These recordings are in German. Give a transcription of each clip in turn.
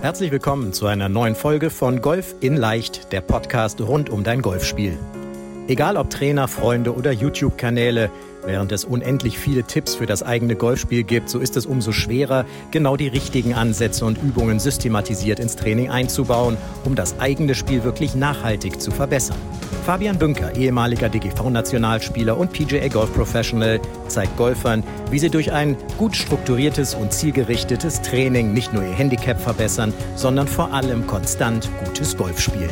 Herzlich willkommen zu einer neuen Folge von Golf in Leicht, der Podcast rund um dein Golfspiel. Egal ob Trainer, Freunde oder YouTube-Kanäle, während es unendlich viele Tipps für das eigene Golfspiel gibt, so ist es umso schwerer, genau die richtigen Ansätze und Übungen systematisiert ins Training einzubauen, um das eigene Spiel wirklich nachhaltig zu verbessern. Fabian Bünker, ehemaliger DGV-Nationalspieler und PGA Golf Professional, zeigt Golfern, wie sie durch ein gut strukturiertes und zielgerichtetes Training nicht nur ihr Handicap verbessern, sondern vor allem konstant gutes Golf spielen.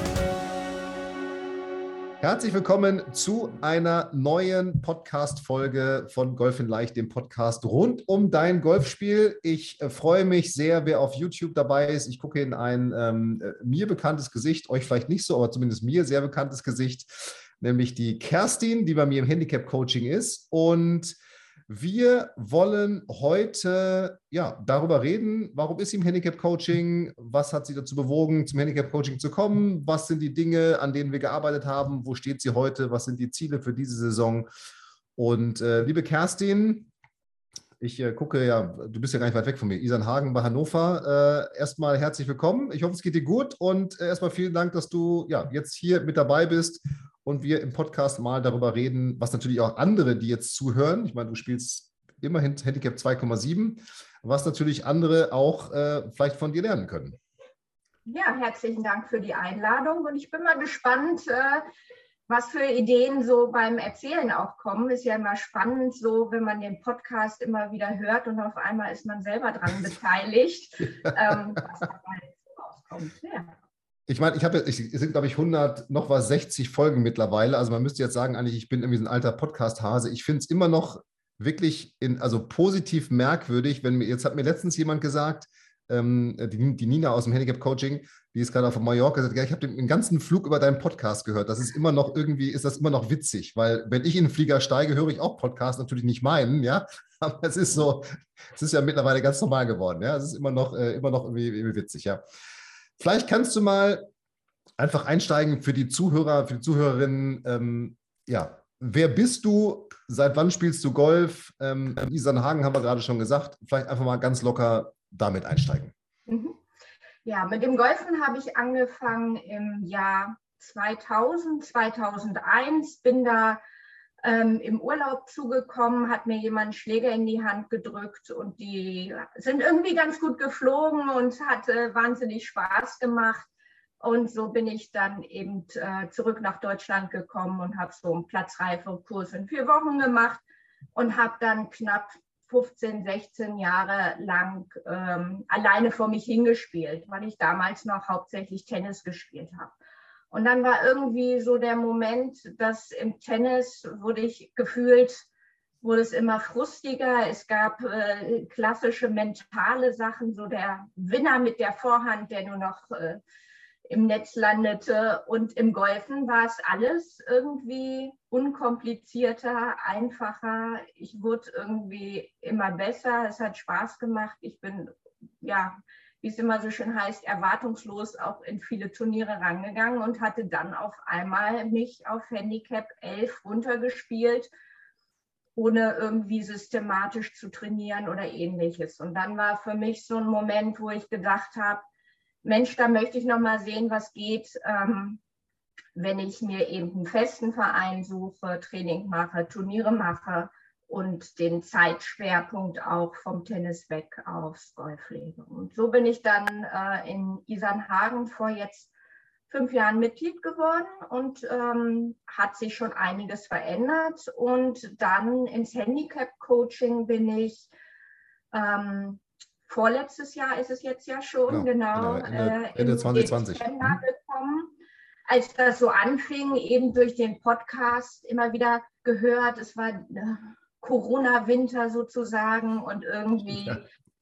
Herzlich willkommen zu einer neuen Podcast-Folge von Golf in Leicht, dem Podcast rund um dein Golfspiel. Ich freue mich sehr, wer auf YouTube dabei ist. Ich gucke in ein mir bekanntes Gesicht, euch vielleicht nicht so, aber zumindest mir sehr bekanntes Gesicht, nämlich die Kerstin, die bei mir im Handicap-Coaching ist. Und wir wollen heute darüber reden, warum ist sie im Handicap-Coaching, was hat sie dazu bewogen, zum Handicap-Coaching zu kommen, was sind die Dinge, an denen wir gearbeitet haben, wo steht sie heute, was sind die Ziele für diese Saison. Und liebe Kerstin, ich gucke ja, du bist ja gar nicht weit weg von mir, Isernhagen bei Hannover. Erstmal herzlich willkommen, ich hoffe, es geht dir gut und erstmal vielen Dank, dass du jetzt hier mit dabei bist und wir im Podcast mal darüber reden, was natürlich auch andere, die jetzt zuhören, ich meine, du spielst immerhin Handicap 2,7, was natürlich andere auch vielleicht von dir lernen können. Ja, herzlichen Dank für die Einladung und ich bin mal gespannt, was für Ideen so beim Erzählen auch kommen. Ist ja immer spannend, so wenn man den Podcast immer wieder hört und auf einmal ist man selber dran beteiligt, was dabei rauskommt. Ja. Ich meine, es sind, glaube ich, 60 Folgen mittlerweile. Also man müsste jetzt sagen, eigentlich, ich bin irgendwie so ein alter Podcast-Hase. Ich finde es immer noch wirklich positiv merkwürdig, jetzt hat mir letztens jemand gesagt, die Nina aus dem Handicap-Coaching, die ist gerade auf Mallorca, gesagt, ja, ich habe den ganzen Flug über deinen Podcast gehört. Das ist immer noch ist das immer noch witzig, weil wenn ich in den Flieger steige, höre ich auch Podcasts, natürlich nicht meinen, ja, aber es ist ja mittlerweile ganz normal geworden, ja, es ist immer noch irgendwie witzig, ja. Vielleicht kannst du mal einfach einsteigen für die Zuhörer, für die Zuhörerinnen. Wer bist du? Seit wann spielst du Golf? Isernhagen haben wir gerade schon gesagt. Vielleicht einfach mal ganz locker damit einsteigen. Ja, mit dem Golfen habe ich angefangen im Jahr 2000, 2001. Bin da im Urlaub zugekommen, hat mir jemand Schläger in die Hand gedrückt und die sind irgendwie ganz gut geflogen und hat wahnsinnig Spaß gemacht. Und so bin ich dann eben zurück nach Deutschland gekommen und habe so einen Platzreifekurs in 4 Wochen gemacht und habe dann knapp 15, 16 Jahre lang alleine vor mich hingespielt, weil ich damals noch hauptsächlich Tennis gespielt habe. Und dann war irgendwie so der Moment, dass im Tennis wurde es immer frustiger. Es gab klassische mentale Sachen, so der Winner mit der Vorhand, der nur noch im Netz landete. Und im Golfen war es alles irgendwie unkomplizierter, einfacher. Ich wurde irgendwie immer besser. Es hat Spaß gemacht. Ich bin, wie es immer so schön heißt, erwartungslos auch in viele Turniere rangegangen und hatte dann auf einmal mich auf Handicap 11 runtergespielt, ohne irgendwie systematisch zu trainieren oder ähnliches. Und dann war für mich so ein Moment, wo ich gedacht habe, Mensch, da möchte ich noch mal sehen, was geht, wenn ich mir eben einen festen Verein suche, Training mache, Turniere mache und den Zeitschwerpunkt auch vom Tennis weg aufs Golf lege. Und so bin ich dann in Isernhagen vor jetzt 5 Jahren Mitglied geworden und hat sich schon einiges verändert. Und dann ins Handicap-Coaching bin ich vorletztes Jahr ist es jetzt ja schon, genau Ende 2020 gekommen. Als das so anfing, eben durch den Podcast immer wieder gehört, es war Corona-Winter sozusagen und irgendwie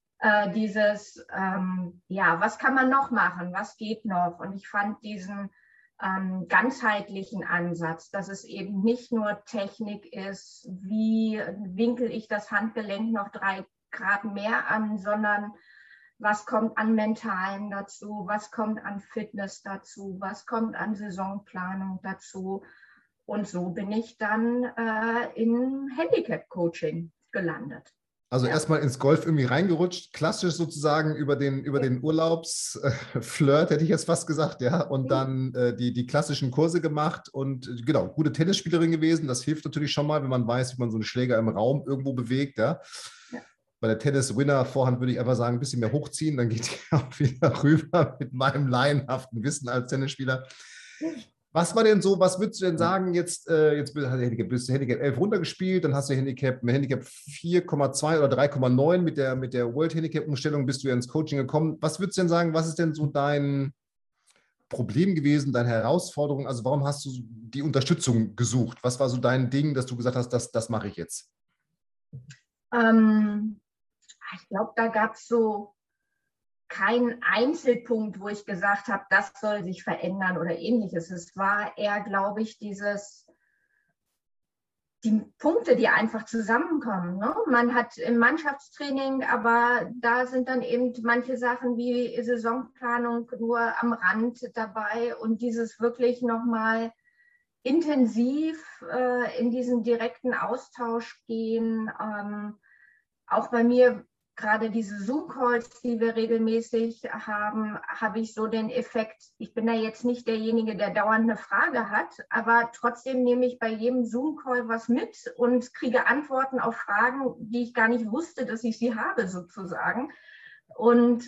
was kann man noch machen, was geht noch? Und ich fand diesen ganzheitlichen Ansatz, dass es eben nicht nur Technik ist, wie winkel ich das Handgelenk noch 3 Grad mehr an, sondern was kommt an Mentalen dazu, was kommt an Fitness dazu, was kommt an Saisonplanung dazu. Und so bin ich dann in Handicap-Coaching gelandet. Also erstmal ins Golf irgendwie reingerutscht, klassisch sozusagen über den Urlaubsflirt, hätte ich jetzt fast gesagt, ja. Und dann die klassischen Kurse gemacht und genau, gute Tennisspielerin gewesen. Das hilft natürlich schon mal, wenn man weiß, wie man so einen Schläger im Raum irgendwo bewegt, ja. Bei der Tennis-Winner-Vorhand würde ich einfach sagen, ein bisschen mehr hochziehen, dann geht die auch wieder rüber mit meinem laienhaften Wissen als Tennisspieler. Was war denn so, was würdest du denn sagen, jetzt bist du Handicap 11 runtergespielt, dann hast du Handicap 4,2 oder 3,9 mit der World Handicap-Umstellung bist du ja ins Coaching gekommen. Was würdest du denn sagen, was ist denn so dein Problem gewesen, deine Herausforderung? Also warum hast du die Unterstützung gesucht? Was war so dein Ding, dass du gesagt hast, das mache ich jetzt? Ich glaube, da gab es so keinen Einzelpunkt, wo ich gesagt habe, das soll sich verändern oder ähnliches. Es war eher, glaube ich, die Punkte, die einfach zusammenkommen. Ne? Man hat im Mannschaftstraining, aber da sind dann eben manche Sachen wie Saisonplanung nur am Rand dabei und dieses wirklich nochmal intensiv in diesen direkten Austausch gehen. Auch bei mir, gerade diese Zoom-Calls, die wir regelmäßig haben, habe ich so den Effekt, ich bin da jetzt nicht derjenige, der dauernd eine Frage hat, aber trotzdem nehme ich bei jedem Zoom-Call was mit und kriege Antworten auf Fragen, die ich gar nicht wusste, dass ich sie habe, sozusagen. Und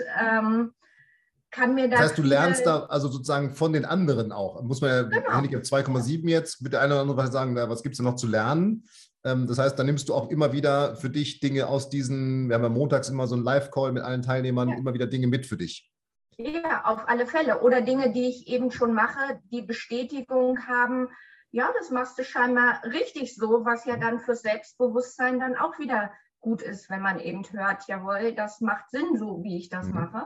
kann mir das heißt, du lernst da also sozusagen von den anderen auch. Muss man ja, genau. Handicap 2,7 jetzt, mit der einen oder anderen sagen, was gibt es da noch zu lernen? Das heißt, da nimmst du auch immer wieder für dich Dinge aus diesen, wir haben ja montags immer so einen Live-Call mit allen Teilnehmern, immer wieder Dinge mit für dich. Ja, auf alle Fälle. Oder Dinge, die ich eben schon mache, die Bestätigung haben, ja, das machst du scheinbar richtig so, was ja dann fürs Selbstbewusstsein dann auch wieder gut ist, wenn man eben hört, jawohl, das macht Sinn, so wie ich das mache.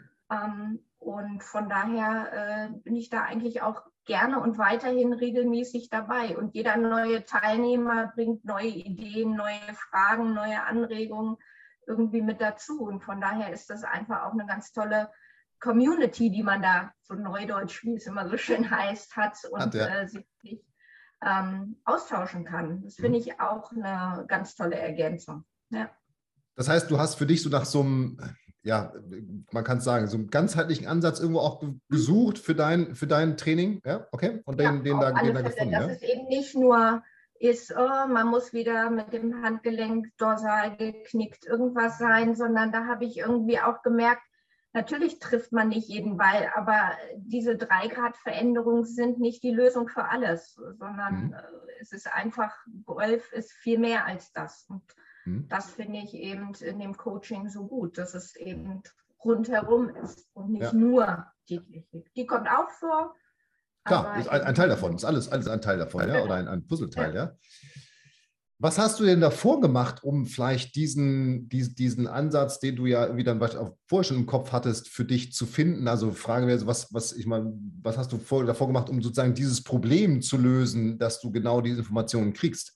Und von daher bin ich da eigentlich auch gerne und weiterhin regelmäßig dabei. Und jeder neue Teilnehmer bringt neue Ideen, neue Fragen, neue Anregungen irgendwie mit dazu. Und von daher ist das einfach auch eine ganz tolle Community, die man da, so neudeutsch, wie es immer so schön heißt, hat und sich austauschen kann. Das finde ich auch eine ganz tolle Ergänzung. Ja. Das heißt, du hast für dich so nach so einem, ja, man kann es sagen, so einen ganzheitlichen Ansatz irgendwo auch gesucht für dein Training, ja, okay, und den da gefunden. Dass es eben nicht nur ist, man muss wieder mit dem Handgelenk dorsal geknickt irgendwas sein, sondern da habe ich irgendwie auch gemerkt, natürlich trifft man nicht jeden Ball, aber diese 3-Grad-Veränderungen sind nicht die Lösung für alles, sondern es ist einfach, Golf ist viel mehr als das. Und das finde ich eben in dem Coaching so gut, dass es eben rundherum ist und nicht nur die Technik. Die kommt auch vor. Klar, ist ein Teil davon, ist alles ein Teil davon, ja, oder ein Puzzleteil, ja. Was hast du denn davor gemacht, um vielleicht diesen Ansatz, den du ja irgendwie dann vorher schon im Kopf hattest, für dich zu finden? Also Frage wäre, was hast du davor gemacht, um sozusagen dieses Problem zu lösen, dass du genau diese Informationen kriegst?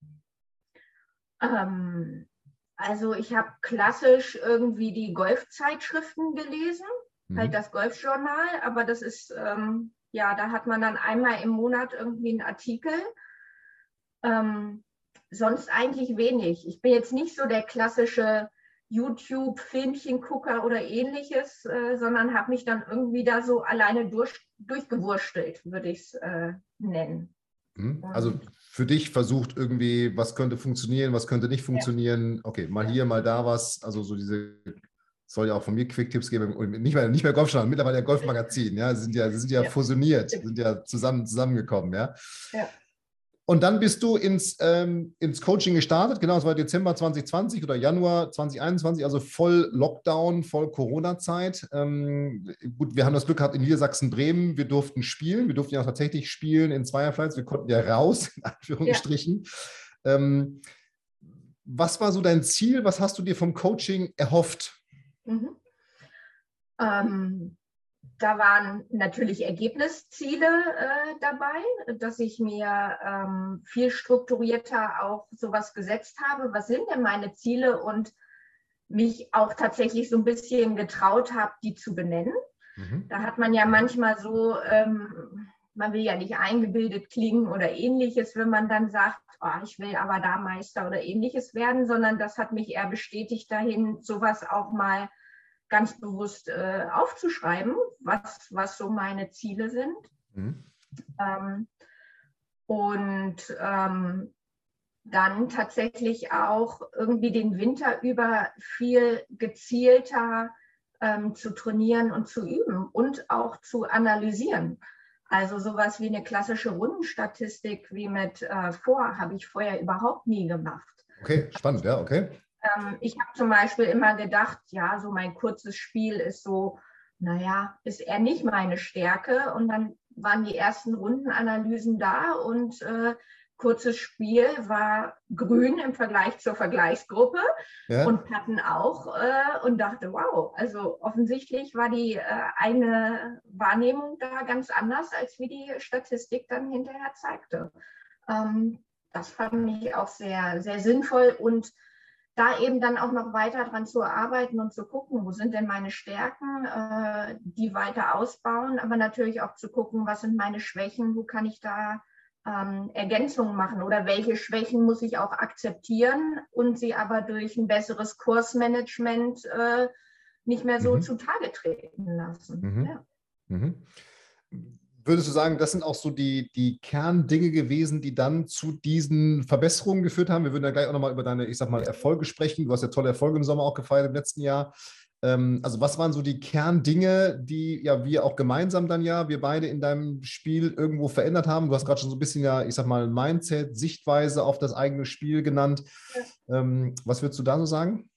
Also ich habe klassisch irgendwie die Golfzeitschriften gelesen, halt das Golfjournal, aber das ist, da hat man dann einmal im Monat irgendwie einen Artikel. Sonst eigentlich wenig. Ich bin jetzt nicht so der klassische YouTube-Filmchengucker oder ähnliches, sondern habe mich dann irgendwie da so alleine durchgewurstelt, würde ich es nennen. Also für dich versucht irgendwie, was könnte funktionieren, was könnte nicht funktionieren. Okay, mal hier, mal da was. Also so soll ja auch von mir Quick-Tipps geben. Und nicht mehr Golfjournal, mittlerweile ja Golfmagazin. Ja, sie sind ja fusioniert, sind ja zusammengekommen. Ja. Und dann bist du ins Coaching gestartet, genau, es war Dezember 2020 oder Januar 2021, also voll Lockdown, voll Corona-Zeit. Gut, wir haben das Glück gehabt in Niedersachsen, Bremen, wir durften spielen, wir durften ja auch tatsächlich spielen in Zweierflights, wir konnten ja raus, in Anführungsstrichen. Was war so dein Ziel, was hast du dir vom Coaching erhofft? Da waren natürlich Ergebnisziele dabei, dass ich mir viel strukturierter auch sowas gesetzt habe. Was sind denn meine Ziele? Und mich auch tatsächlich so ein bisschen getraut habe, die zu benennen. Da hat man ja manchmal so, man will ja nicht eingebildet klingen oder ähnliches, wenn man dann sagt, oh, ich will aber da Meister oder ähnliches werden, sondern das hat mich eher bestätigt dahin, sowas auch mal ganz bewusst aufzuschreiben, was so meine Ziele sind. Mhm. Dann tatsächlich auch irgendwie den Winter über viel gezielter zu trainieren und zu üben und auch zu analysieren. Also sowas wie eine klassische Rundenstatistik wie mit habe ich vorher überhaupt nie gemacht. Okay, spannend, ja, okay. Ich habe zum Beispiel immer gedacht, ja, so mein kurzes Spiel ist so, naja, ist eher nicht meine Stärke. Und dann waren die ersten Rundenanalysen da und kurzes Spiel war grün im Vergleich zur Vergleichsgruppe und Patten auch und dachte, wow, also offensichtlich war die eigene Wahrnehmung da ganz anders, als wie die Statistik dann hinterher zeigte. Das fand ich auch sehr, sehr sinnvoll und da eben dann auch noch weiter dran zu arbeiten und zu gucken, wo sind denn meine Stärken, die weiter ausbauen, aber natürlich auch zu gucken, was sind meine Schwächen, wo kann ich da Ergänzungen machen oder welche Schwächen muss ich auch akzeptieren und sie aber durch ein besseres Kursmanagement nicht mehr so zutage treten lassen. Mhm. Ja. Mhm. Würdest du sagen, das sind auch so die Kerndinge gewesen, die dann zu diesen Verbesserungen geführt haben? Wir würden ja gleich auch nochmal über deine, ich sag mal, Erfolge sprechen. Du hast ja tolle Erfolge im Sommer auch gefeiert im letzten Jahr. Also was waren so die Kerndinge, die ja wir auch gemeinsam dann wir beide in deinem Spiel irgendwo verändert haben? Du hast gerade schon so ein bisschen ich sag mal, Mindset, Sichtweise auf das eigene Spiel genannt. Was würdest du da so sagen?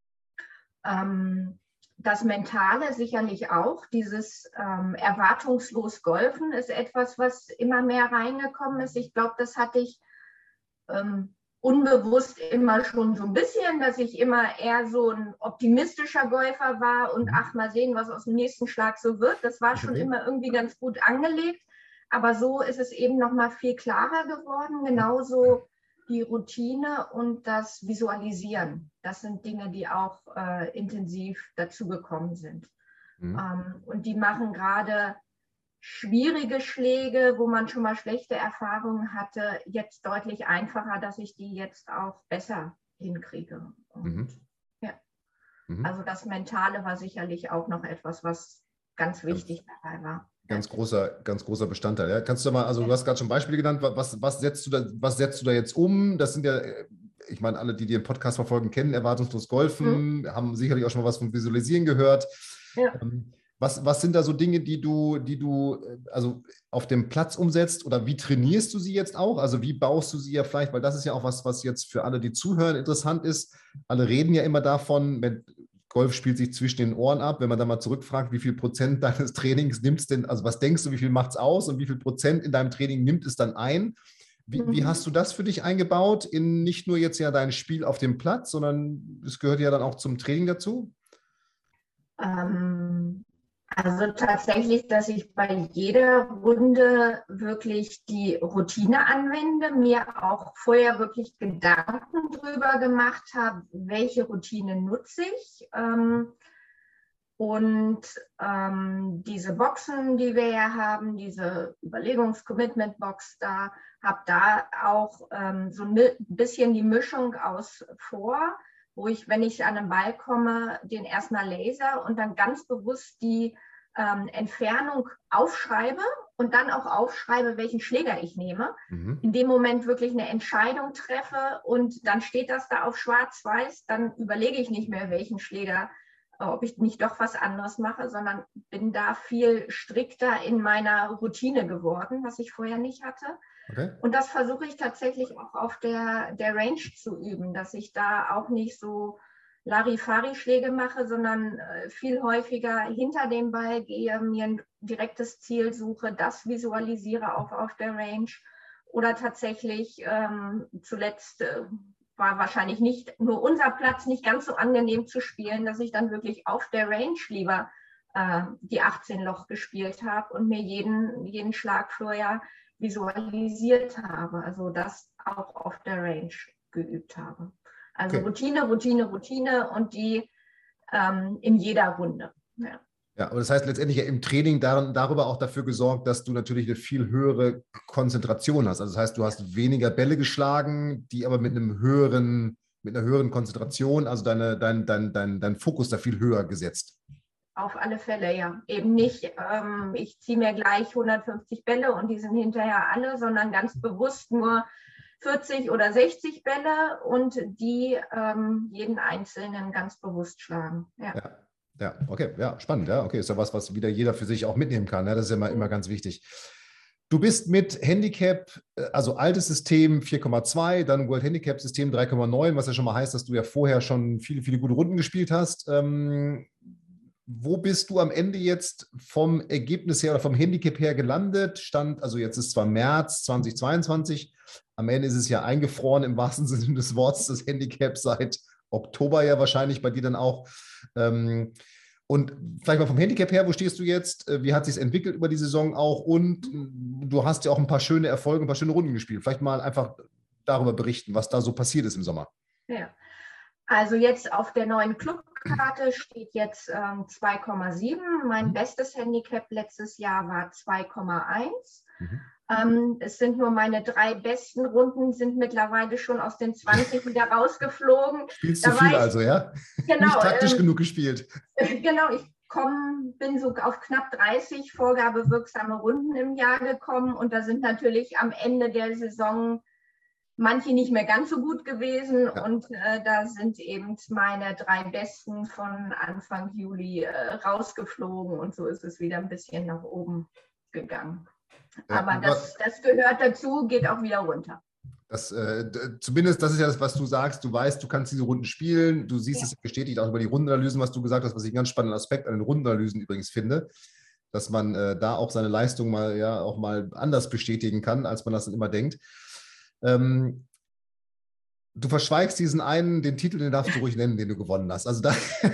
Das Mentale sicherlich auch. Dieses erwartungslos Golfen ist etwas, was immer mehr reingekommen ist. Ich glaube, das hatte ich unbewusst immer schon so ein bisschen, dass ich immer eher so ein optimistischer Golfer war und ach, mal sehen, was aus dem nächsten Schlag so wird. Das war schon immer irgendwie ganz gut angelegt. Aber so ist es eben noch mal viel klarer geworden. Genauso die Routine und das Visualisieren. Das sind Dinge, die auch intensiv dazugekommen sind. Und die machen gerade schwierige Schläge, wo man schon mal schlechte Erfahrungen hatte, jetzt deutlich einfacher, dass ich die jetzt auch besser hinkriege. Und, also das Mentale war sicherlich auch noch etwas, was ganz wichtig dabei war. Ganz großer Bestandteil. Ja. Kannst du mal, also du hast gerade schon Beispiele genannt, was setzt du da jetzt um? Das sind ja, ich meine, alle, die den Podcast verfolgen, kennen erwartungslos Golfen, haben sicherlich auch schon mal was vom Visualisieren gehört. Ja. Was sind da so Dinge, die du also auf dem Platz umsetzt oder wie trainierst du sie jetzt auch? Also wie baust du sie ja vielleicht, weil das ist ja auch was jetzt für alle, die zuhören, interessant ist. Alle reden ja immer davon, Golf spielt sich zwischen den Ohren ab. Wenn man da mal zurückfragt, wie viel Prozent deines Trainings nimmt es denn, also was denkst du, wie viel macht es aus und wie viel Prozent in deinem Training nimmt es dann ein? Wie hast du das für dich eingebaut in nicht nur jetzt ja dein Spiel auf dem Platz, sondern es gehört ja dann auch zum Training dazu? Also tatsächlich, dass ich bei jeder Runde wirklich die Routine anwende, mir auch vorher wirklich Gedanken drüber gemacht habe, welche Routine nutze ich. Diese Boxen, die wir ja haben, diese Überlegungs-Commitment-Box da, habe da auch so ein bisschen die Mischung aus wo ich, wenn ich an den Ball komme, den erstmal laser und dann ganz bewusst die Entfernung aufschreibe und dann auch aufschreibe, welchen Schläger ich nehme. In dem Moment wirklich eine Entscheidung treffe und dann steht das da auf schwarz-weiß, dann überlege ich nicht mehr, welchen Schläger, ob ich nicht doch was anderes mache, sondern bin da viel strikter in meiner Routine geworden, was ich vorher nicht hatte. Okay. Und das versuche ich tatsächlich auch auf der Range zu üben, dass ich da auch nicht so Larifari-Schläge mache, sondern viel häufiger hinter dem Ball gehe, mir ein direktes Ziel suche, das visualisiere auch auf der Range. Oder tatsächlich zuletzt war wahrscheinlich nicht nur unser Platz nicht ganz so angenehm zu spielen, dass ich dann wirklich auf der Range lieber die 18 Loch gespielt habe und mir jeden Schlag vorher visualisiert habe. Also das auch auf der Range geübt habe. Also okay. Routine und die in jeder Runde. Ja. Ja, aber das heißt letztendlich ja im Training darüber auch dafür gesorgt, dass du natürlich eine viel höhere Konzentration hast. Also das heißt, du hast weniger Bälle geschlagen, die aber mit einer höheren Konzentration, also dein Fokus da viel höher gesetzt. Auf alle Fälle, ja. Eben nicht, ich ziehe mir gleich 150 Bälle und die sind hinterher alle, sondern ganz bewusst nur 40 oder 60 Bälle und die jeden einzelnen ganz bewusst schlagen. Ja. Ja, okay, ja, spannend, ja, okay, ist ja was wieder jeder für sich auch mitnehmen kann, ja, das ist ja immer ganz wichtig. Du bist mit Handicap, also altes System 4,2, dann World Handicap System 3,9, was ja schon mal heißt, dass du ja vorher schon viele, viele gute Runden gespielt hast. Wo bist du am Ende jetzt vom Ergebnis her oder vom Handicap her gelandet? Also jetzt ist zwar März 2022, am Ende ist es ja eingefroren im wahrsten Sinne des Wortes, das Handicap seit Oktober ja wahrscheinlich bei dir dann auch. Und vielleicht mal vom Handicap her, wo stehst du jetzt? Wie hat es sich entwickelt über die Saison auch? Und du hast ja auch ein paar schöne Erfolge, ein paar schöne Runden gespielt. Vielleicht mal einfach darüber berichten, was da so passiert ist im Sommer. Ja. Also jetzt auf der neuen Clubkarte steht jetzt 2,7. Mein bestes Handicap letztes Jahr war 2,1. Es sind nur meine 3 besten Runden, sind mittlerweile schon aus den 20 wieder rausgeflogen. Spielst du viel also, ja? Genau, nicht taktisch genug gespielt. Genau, ich bin so auf knapp 30 vorgabewirksame Runden im Jahr gekommen und da sind natürlich am Ende der Saison manche nicht mehr ganz so gut gewesen. Ja. Und da sind eben meine 3 besten von Anfang Juli rausgeflogen und so ist es wieder ein bisschen nach oben gegangen. Ja, aber das gehört dazu, geht auch wieder runter. Zumindest, das ist ja das, was du sagst. Du weißt, du kannst diese Runden spielen. Du siehst es bestätigt auch über die Rundenanalysen, was du gesagt hast, was ich einen ganz spannenden Aspekt an den Rundenanalysen übrigens finde, dass man da auch seine Leistung auch mal anders bestätigen kann, als man das dann immer denkt. Du verschweigst den Titel, den darfst du ruhig nennen, den du gewonnen hast. Also da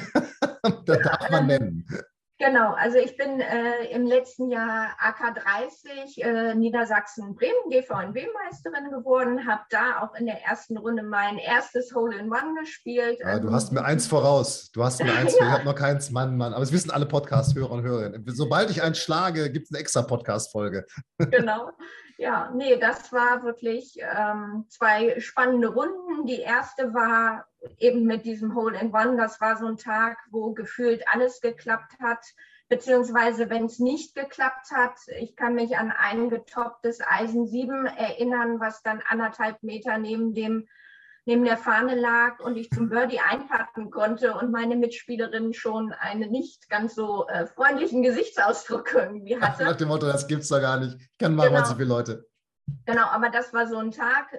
darf man nennen. Genau, also ich bin im letzten Jahr AK30 Niedersachsen-Bremen GVNW-Meisterin geworden, habe da auch in der ersten Runde mein erstes Hole-in-One gespielt. Ja, du hast mir eins voraus. Ich habe noch keins, Mann. Aber es wissen alle Podcast-Hörer und Hörerinnen. Sobald ich einen schlage, gibt es eine extra Podcast-Folge. Genau. Ja, nee, das war wirklich 2 spannende Runden. Die erste war eben mit diesem Hole-in-One. Das war so ein Tag, wo gefühlt alles geklappt hat, beziehungsweise wenn es nicht geklappt hat. Ich kann mich an ein getopptes Eisen 7 erinnern, was dann 1,5 Meter neben der Fahne lag und ich zum Birdie einpacken konnte und meine Mitspielerin schon einen nicht ganz so freundlichen Gesichtsausdruck irgendwie hatte. Nach dem Motto, das gibt's doch gar nicht. Ich kann mal so viele Leute. Genau, aber das war so ein Tag,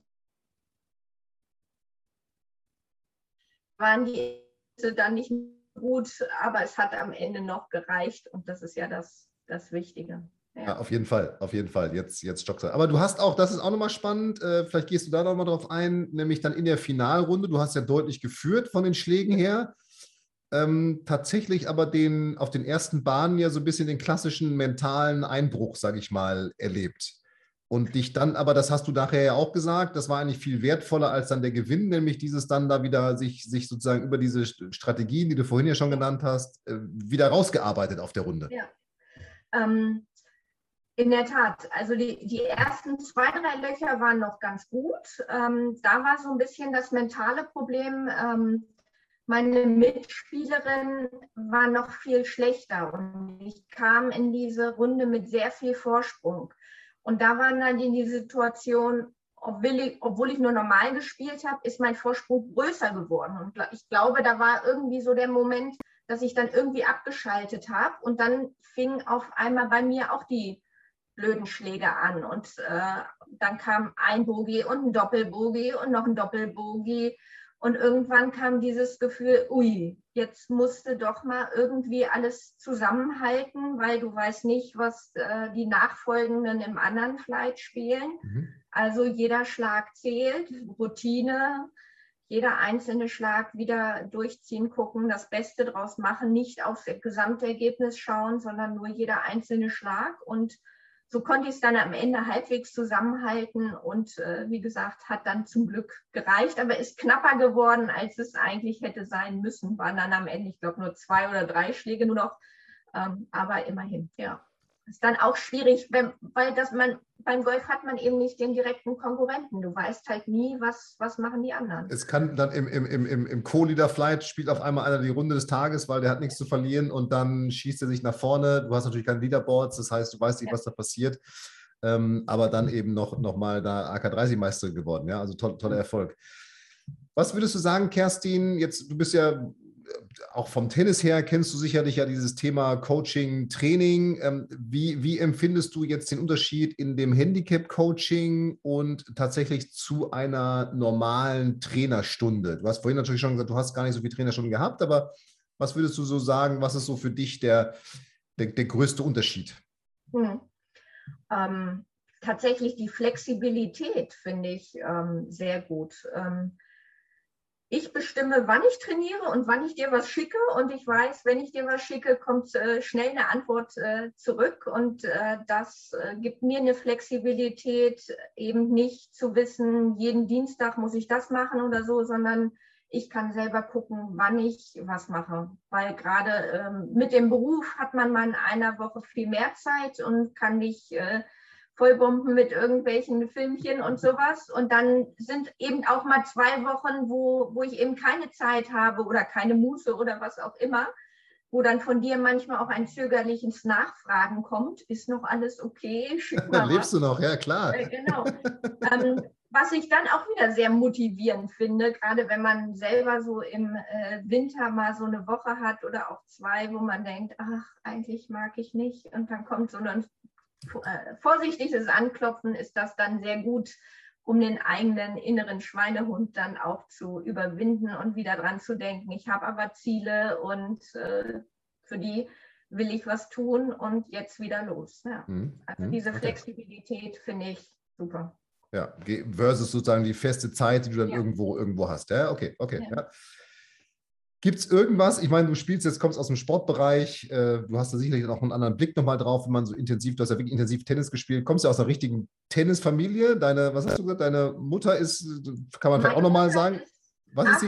waren die dann nicht gut, aber es hat am Ende noch gereicht und das ist ja das Wichtige. Ja, auf jeden Fall. Jetzt stockst du. Aber du hast auch, das ist auch nochmal spannend, vielleicht gehst du da nochmal drauf ein, nämlich dann in der Finalrunde, du hast ja deutlich geführt von den Schlägen her, tatsächlich aber auf den ersten Bahnen ja so ein bisschen den klassischen mentalen Einbruch, sage ich mal, erlebt. Und dich dann, aber das hast du nachher ja auch gesagt, das war eigentlich viel wertvoller als dann der Gewinn, nämlich dieses dann da wieder sich sozusagen über diese Strategien, die du vorhin ja schon genannt hast, wieder rausgearbeitet auf der Runde. Ja. In der Tat, also die ersten 2, 3 Löcher waren noch ganz gut. Da war so ein bisschen das mentale Problem. Meine Mitspielerin war noch viel schlechter und ich kam in diese Runde mit sehr viel Vorsprung. Und da war dann die Situation, obwohl ich nur normal gespielt habe, ist mein Vorsprung größer geworden. Und ich glaube, da war irgendwie so der Moment, dass ich dann irgendwie abgeschaltet habe und dann fing auf einmal bei mir auch die blöden Schläge an und dann kam ein Bogey und ein Doppelbogey und noch ein Doppelbogey und irgendwann kam dieses Gefühl, ui, jetzt musst du doch mal irgendwie alles zusammenhalten, weil du weißt nicht, was die Nachfolgenden im anderen Flight spielen. Also jeder Schlag zählt, Routine, jeder einzelne Schlag wieder durchziehen, gucken, das Beste draus machen, nicht aufs Gesamtergebnis schauen, sondern nur jeder einzelne Schlag und so konnte ich es dann am Ende halbwegs zusammenhalten und wie gesagt, hat dann zum Glück gereicht, aber ist knapper geworden, als es eigentlich hätte sein müssen. Waren dann am Ende, ich glaube, nur 2 oder 3 Schläge nur noch Aber immerhin, ja. Ist dann auch schwierig, beim Golf hat man eben nicht den direkten Konkurrenten. Du weißt halt nie, was machen die anderen. Es kann dann im Co-Leader-Flight spielt auf einmal einer die Runde des Tages, weil der hat nichts zu verlieren und dann schießt er sich nach vorne. Du hast natürlich kein Leaderboards, das heißt, du weißt nicht, was da passiert. Aber dann eben noch mal da AK30-Meister geworden. Ja? Also toller Erfolg. Was würdest du sagen, Kerstin? Jetzt, du bist ja auch vom Tennis her, kennst du sicherlich ja dieses Thema Coaching, Training. Wie empfindest du jetzt den Unterschied in dem Handicap-Coaching und tatsächlich zu einer normalen Trainerstunde? Du hast vorhin natürlich schon gesagt, du hast gar nicht so viele Trainerstunden gehabt, aber was würdest du so sagen, was ist so für dich der größte Unterschied? Tatsächlich die Flexibilität finde ich sehr gut. Ich bestimme, wann ich trainiere und wann ich dir was schicke. Und ich weiß, wenn ich dir was schicke, kommt schnell eine Antwort zurück. Und das gibt mir eine Flexibilität, eben nicht zu wissen, jeden Dienstag muss ich das machen oder so, sondern ich kann selber gucken, wann ich was mache. Weil gerade mit dem Beruf hat man mal in einer Woche viel mehr Zeit und kann nicht vollbomben mit irgendwelchen Filmchen und sowas. Und dann sind eben auch mal 2 Wochen, wo ich eben keine Zeit habe oder keine Muße oder was auch immer, wo dann von dir manchmal auch ein zögerliches Nachfragen kommt. Ist noch alles okay? Schick mal Lebst du noch? Ja, klar. Genau. Was ich dann auch wieder sehr motivierend finde, gerade wenn man selber so im Winter mal so eine Woche hat oder auch 2, wo man denkt, ach, eigentlich mag ich nicht. Und dann kommt so ein vorsichtiges Anklopfen, ist das dann sehr gut, um den eigenen inneren Schweinehund dann auch zu überwinden und wieder dran zu denken. Ich habe aber Ziele und für die will ich was tun und jetzt wieder los. Ja. Also diese Flexibilität finde ich super. Ja, versus sozusagen die feste Zeit, die du dann irgendwo hast. Ja, okay. Ja. Gibt es irgendwas, ich meine, du spielst jetzt, kommst aus dem Sportbereich, du hast da sicherlich auch einen anderen Blick nochmal drauf, wenn man so intensiv, du hast ja wirklich intensiv Tennis gespielt, kommst ja aus einer richtigen Tennisfamilie, was hast du gesagt, deine Mutter ist, kann man vielleicht auch nochmal sagen, was ist sie?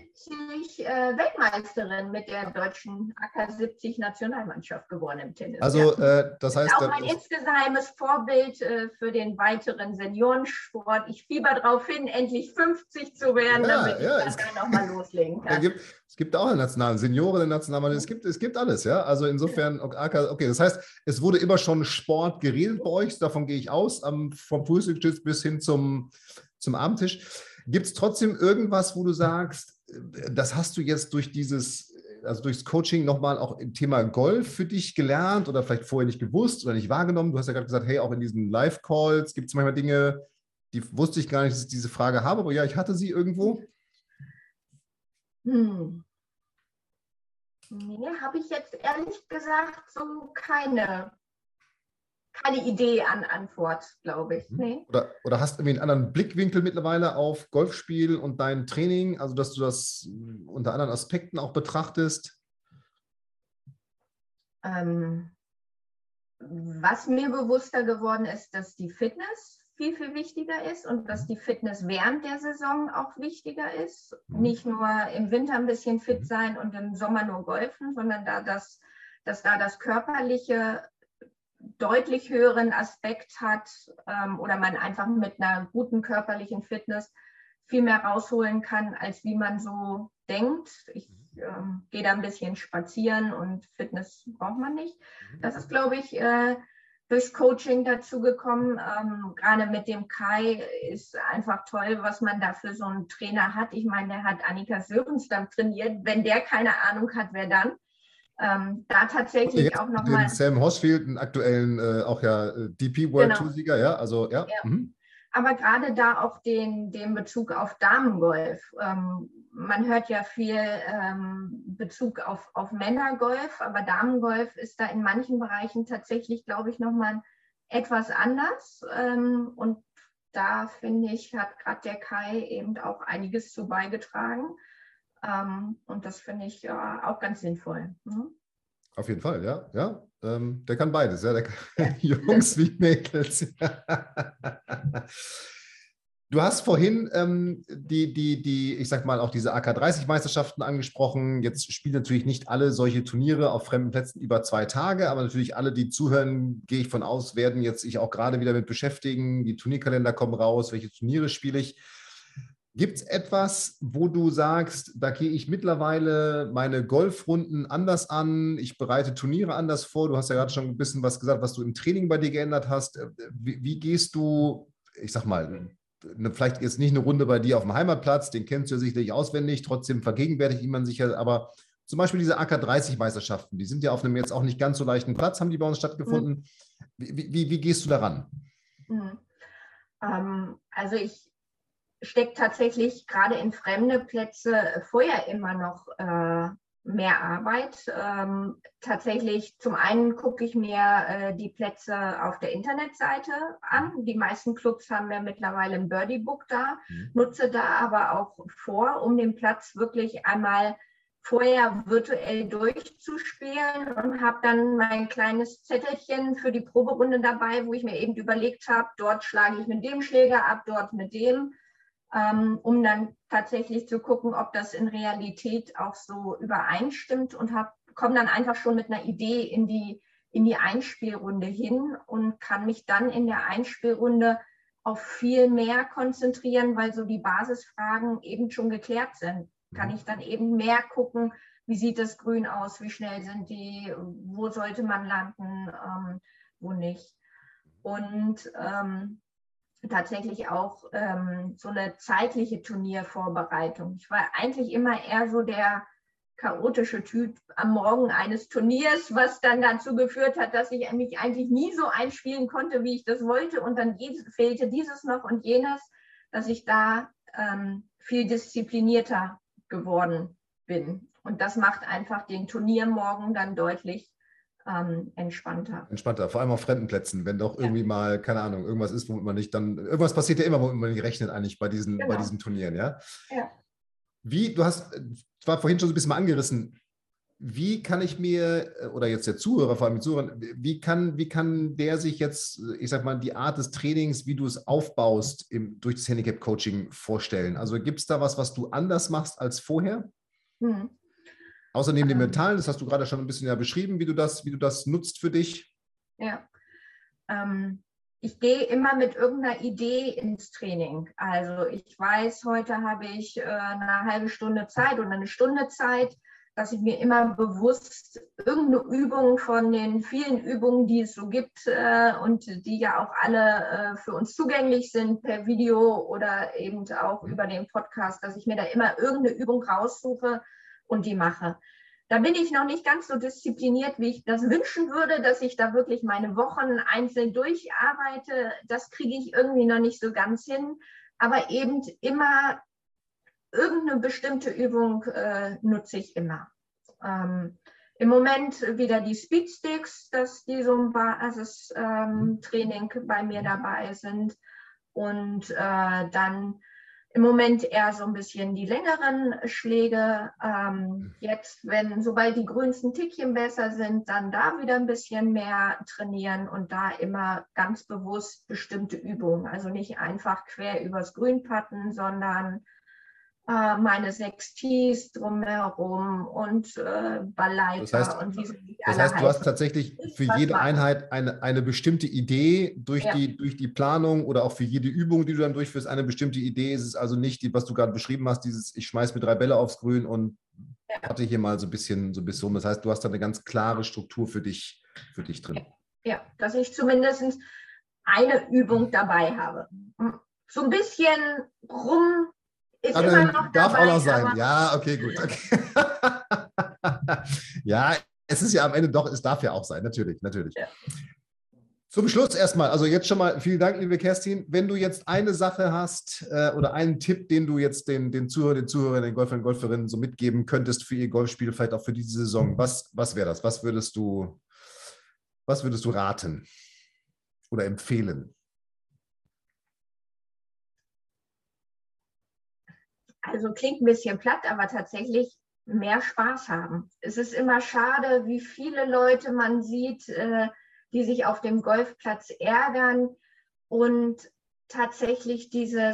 70 Weltmeisterin mit der deutschen AK-70-Nationalmannschaft geworden im Tennis. Also das heißt... Auch mein insgeheimes Vorbild für den weiteren Seniorensport. Ich fieber darauf hin, endlich 50 zu werden, damit ich dann nochmal loslegen kann. Es gibt auch eine Senioren in der Nationalmannschaft, es gibt alles, ja. Also insofern, okay, das heißt, es wurde immer schon Sport geredet bei euch, davon gehe ich aus, vom Frühstückstisch bis hin zum Abendtisch. Gibt es trotzdem irgendwas, wo du sagst, das hast du jetzt durchs Coaching nochmal auch im Thema Golf für dich gelernt oder vielleicht vorher nicht gewusst oder nicht wahrgenommen? Du hast ja gerade gesagt, hey, auch in diesen Live-Calls gibt es manchmal Dinge, die wusste ich gar nicht, dass ich diese Frage habe, aber ja, ich hatte sie irgendwo. Nee, habe ich jetzt ehrlich gesagt so keine Idee an Antwort, glaube ich. Nee. Oder hast du irgendwie einen anderen Blickwinkel mittlerweile auf Golfspiel und dein Training, also dass du das unter anderen Aspekten auch betrachtest? Was mir bewusster geworden ist, dass die Fitness viel, viel wichtiger ist und dass die Fitness während der Saison auch wichtiger ist. Nicht nur im Winter ein bisschen fit sein und im Sommer nur golfen, sondern dass da das Körperliche deutlich höheren Aspekt hat oder man einfach mit einer guten körperlichen Fitness viel mehr rausholen kann, als wie man so denkt. Ich gehe da ein bisschen spazieren und Fitness braucht man nicht. Das ist, glaube ich, durchs Coaching dazu gekommen. Gerade mit dem Kai ist einfach toll, was man da für so einen Trainer hat. Ich meine, der hat Annika Sörenstam trainiert. Wenn der keine Ahnung hat, wer dann? Da tatsächlich auch nochmal. Sam Horsfield, einen aktuellen, auch ja DP World Tour-Sieger, ja, also ja. Aber gerade da auch den Bezug auf Damengolf. Man hört ja viel Bezug auf Männergolf, aber Damengolf ist da in manchen Bereichen tatsächlich, glaube ich, nochmal etwas anders. Und da, finde ich, hat gerade der Kai eben auch einiges zu beigetragen. Und das finde ich auch ganz sinnvoll. Auf jeden Fall, ja. Der kann beides, ja. Der kann Jungs wie Mädels. Du hast vorhin ich sag mal, auch diese AK30-Meisterschaften angesprochen. Jetzt spielen natürlich nicht alle solche Turniere auf fremden Plätzen über 2 Tage, aber natürlich alle, die zuhören, gehe ich von aus, werden jetzt sich auch gerade wieder mit beschäftigen. Die Turnierkalender kommen raus, welche Turniere spiele ich. Gibt es etwas, wo du sagst, da gehe ich mittlerweile meine Golfrunden anders an, ich bereite Turniere anders vor? Du hast ja gerade schon ein bisschen was gesagt, was du im Training bei dir geändert hast. Wie gehst du, ich sag mal, vielleicht jetzt nicht eine Runde bei dir auf dem Heimatplatz, den kennst du ja sicherlich auswendig, trotzdem vergegenwärtigt man sich ja, aber zum Beispiel diese AK30-Meisterschaften, die sind ja auf einem jetzt auch nicht ganz so leichten Platz, haben die bei uns stattgefunden. Wie gehst du daran? Also ich stecke tatsächlich gerade in fremde Plätze vorher immer noch mehr Arbeit. Tatsächlich zum einen gucke ich mir die Plätze auf der Internetseite an. Die meisten Clubs haben ja mittlerweile ein Birdie-Book da, nutze da aber auch vor, um den Platz wirklich einmal vorher virtuell durchzuspielen und habe dann mein kleines Zettelchen für die Proberunde dabei, wo ich mir eben überlegt habe, dort schlage ich mit dem Schläger ab, dort mit dem, um dann tatsächlich zu gucken, ob das in Realität auch so übereinstimmt und komme dann einfach schon mit einer Idee in die Einspielrunde hin und kann mich dann in der Einspielrunde auf viel mehr konzentrieren, weil so die Basisfragen eben schon geklärt sind. Kann ich dann eben mehr gucken, wie sieht das Grün aus, wie schnell sind die, wo sollte man landen, wo nicht. Und tatsächlich auch so eine zeitliche Turniervorbereitung. Ich war eigentlich immer eher so der chaotische Typ am Morgen eines Turniers, was dann dazu geführt hat, dass ich mich eigentlich nie so einspielen konnte, wie ich das wollte. Und dann fehlte dieses noch und jenes, dass ich da viel disziplinierter geworden bin. Und das macht einfach den Turniermorgen dann deutlich entspannter. Entspannter, vor allem auf fremden Plätzen, wenn doch irgendwie mal, keine Ahnung, irgendwas ist, womit man nicht dann, irgendwas passiert ja immer, womit man nicht rechnet eigentlich bei diesen Turnieren, ja? Ja. Du hast, zwar vorhin schon so ein bisschen mal angerissen, wie kann ich mir, oder jetzt der Zuhörer, vor allem die Zuhörer, wie kann der sich jetzt, ich sag mal, die Art des Trainings, wie du es aufbaust durch das Handicap-Coaching vorstellen? Also gibt es da was du anders machst als vorher? Außer neben dem Mentalen, das hast du gerade schon ein bisschen ja beschrieben, wie du das nutzt für dich. Ja, ich gehe immer mit irgendeiner Idee ins Training. Also ich weiß, heute habe ich eine halbe Stunde Zeit oder eine Stunde Zeit, dass ich mir immer bewusst irgendeine Übung von den vielen Übungen, die es so gibt und die ja auch alle für uns zugänglich sind per Video oder eben auch über den Podcast, dass ich mir da immer irgendeine Übung raussuche und die mache. Da bin ich noch nicht ganz so diszipliniert, wie ich das wünschen würde, dass ich da wirklich meine Wochen einzeln durcharbeite. Das kriege ich irgendwie noch nicht so ganz hin. Aber eben immer irgendeine bestimmte Übung nutze ich immer. Im Moment wieder die Speedsticks, dass die so ein Basis-Training bei mir dabei sind. Und dann im Moment eher so ein bisschen die längeren Schläge. Jetzt, sobald die Grüns ein Tickchen besser sind, dann da wieder ein bisschen mehr trainieren und da immer ganz bewusst bestimmte Übungen. Also nicht einfach quer übers Grün putten, sondern meine 6 Tees drumherum und Ballleiter und wie sie alle Das heißt, du hast heißen. tatsächlich für jede Einheit eine bestimmte Idee durch die Planung oder auch für jede Übung, die du dann durchführst, eine bestimmte Idee. Es ist also nicht, was du gerade beschrieben hast, dieses ich schmeiß mir 3 Bälle aufs Grün und hatte hier mal so ein bisschen rum. Das heißt, du hast da eine ganz klare Struktur für dich drin. Ja, dass ich zumindest eine Übung dabei habe. So ein bisschen rum ist immer noch darf dabei, auch noch sein. Ja, okay, gut. Okay. Ja, es ist ja am Ende doch, es darf ja auch sein, natürlich. Ja. Zum Schluss erstmal, also jetzt schon mal vielen Dank, liebe Kerstin. Wenn du jetzt eine Sache hast oder einen Tipp, den du jetzt den Zuhörern, den Golfern und Golferinnen so mitgeben könntest für ihr Golfspiel, vielleicht auch für diese Saison, was wäre das? Was würdest du raten oder empfehlen? Also klingt ein bisschen platt, aber tatsächlich mehr Spaß haben. Es ist immer schade, wie viele Leute man sieht, die sich auf dem Golfplatz ärgern und tatsächlich dieses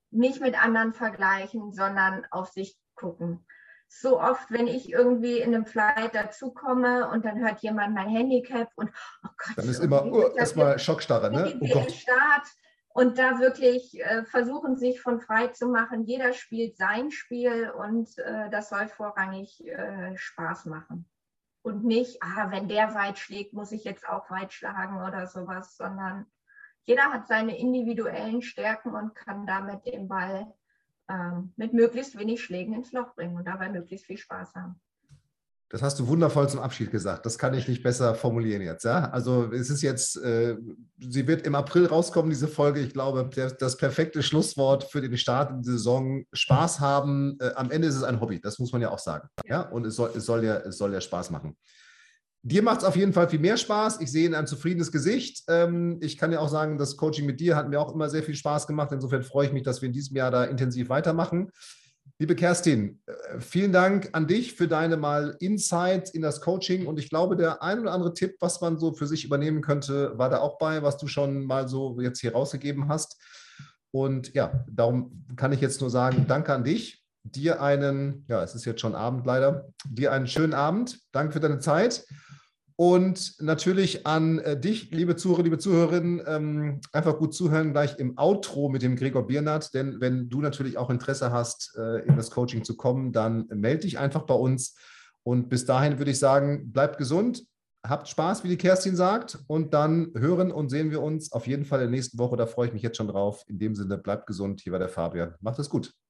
nicht mit anderen vergleichen, sondern auf sich gucken. So oft, wenn ich irgendwie in einem Flight dazukomme und dann hört jemand mein Handicap und oh Gott, dann ist immer erstmal Schockstarre, ne? Oh Gott. Start und da wirklich versuchen, sich von frei zu machen. Jeder spielt sein Spiel und das soll vorrangig Spaß machen. Und nicht, wenn der weit schlägt, muss ich jetzt auch weit schlagen oder sowas, sondern jeder hat seine individuellen Stärken und kann damit den Ball mit möglichst wenig Schlägen ins Loch bringen und dabei möglichst viel Spaß haben. Das hast du wundervoll zum Abschied gesagt. Das kann ich nicht besser formulieren jetzt. Ja? Also es ist jetzt, sie wird im April rauskommen, diese Folge. Ich glaube, das perfekte Schlusswort für den Start in die Saison. Spaß haben. Am Ende ist es ein Hobby, das muss man ja auch sagen. Ja? Und es soll ja Spaß machen. Dir macht es auf jeden Fall viel mehr Spaß. Ich sehe in einem zufriedenes Gesicht. Ich kann ja auch sagen, das Coaching mit dir hat mir auch immer sehr viel Spaß gemacht. Insofern freue ich mich, dass wir in diesem Jahr da intensiv weitermachen. Liebe Kerstin, vielen Dank an dich für deine mal Insights in das Coaching. Und ich glaube, der ein oder andere Tipp, was man so für sich übernehmen könnte, war da auch bei, was du schon mal so jetzt hier rausgegeben hast. Und ja, darum kann ich jetzt nur sagen, danke an dich. Dir es ist jetzt schon Abend leider, dir einen schönen Abend. Danke für deine Zeit. Und natürlich an dich, liebe Zuhörer, liebe Zuhörerinnen, einfach gut zuhören gleich im Outro mit dem Gregor Biernat, denn wenn du natürlich auch Interesse hast, in das Coaching zu kommen, dann melde dich einfach bei uns. Und bis dahin würde ich sagen, bleibt gesund, habt Spaß, wie die Kerstin sagt, und dann hören und sehen wir uns auf jeden Fall in der nächsten Woche. Da freue ich mich jetzt schon drauf. In dem Sinne, bleibt gesund. Hier war der Fabian. Macht es gut.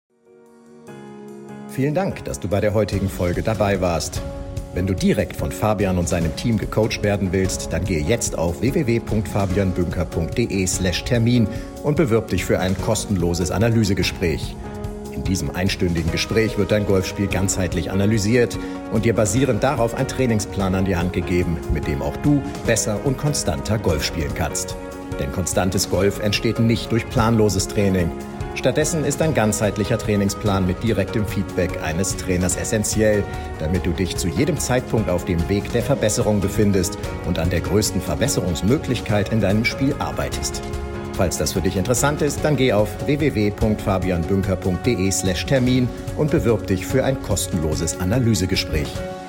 Vielen Dank, dass du bei der heutigen Folge dabei warst. Wenn du direkt von Fabian und seinem Team gecoacht werden willst, dann gehe jetzt auf www.fabianbünker.de/Termin und bewirb dich für ein kostenloses Analysegespräch. In diesem einstündigen Gespräch wird dein Golfspiel ganzheitlich analysiert und dir basierend darauf ein Trainingsplan an die Hand gegeben, mit dem auch du besser und konstanter Golf spielen kannst. Denn konstantes Golf entsteht nicht durch planloses Training. Stattdessen ist ein ganzheitlicher Trainingsplan mit direktem Feedback eines Trainers essentiell, damit du dich zu jedem Zeitpunkt auf dem Weg der Verbesserung befindest und an der größten Verbesserungsmöglichkeit in deinem Spiel arbeitest. Falls das für dich interessant ist, dann geh auf www.fabianbünker.de/Termin und bewirb dich für ein kostenloses Analysegespräch.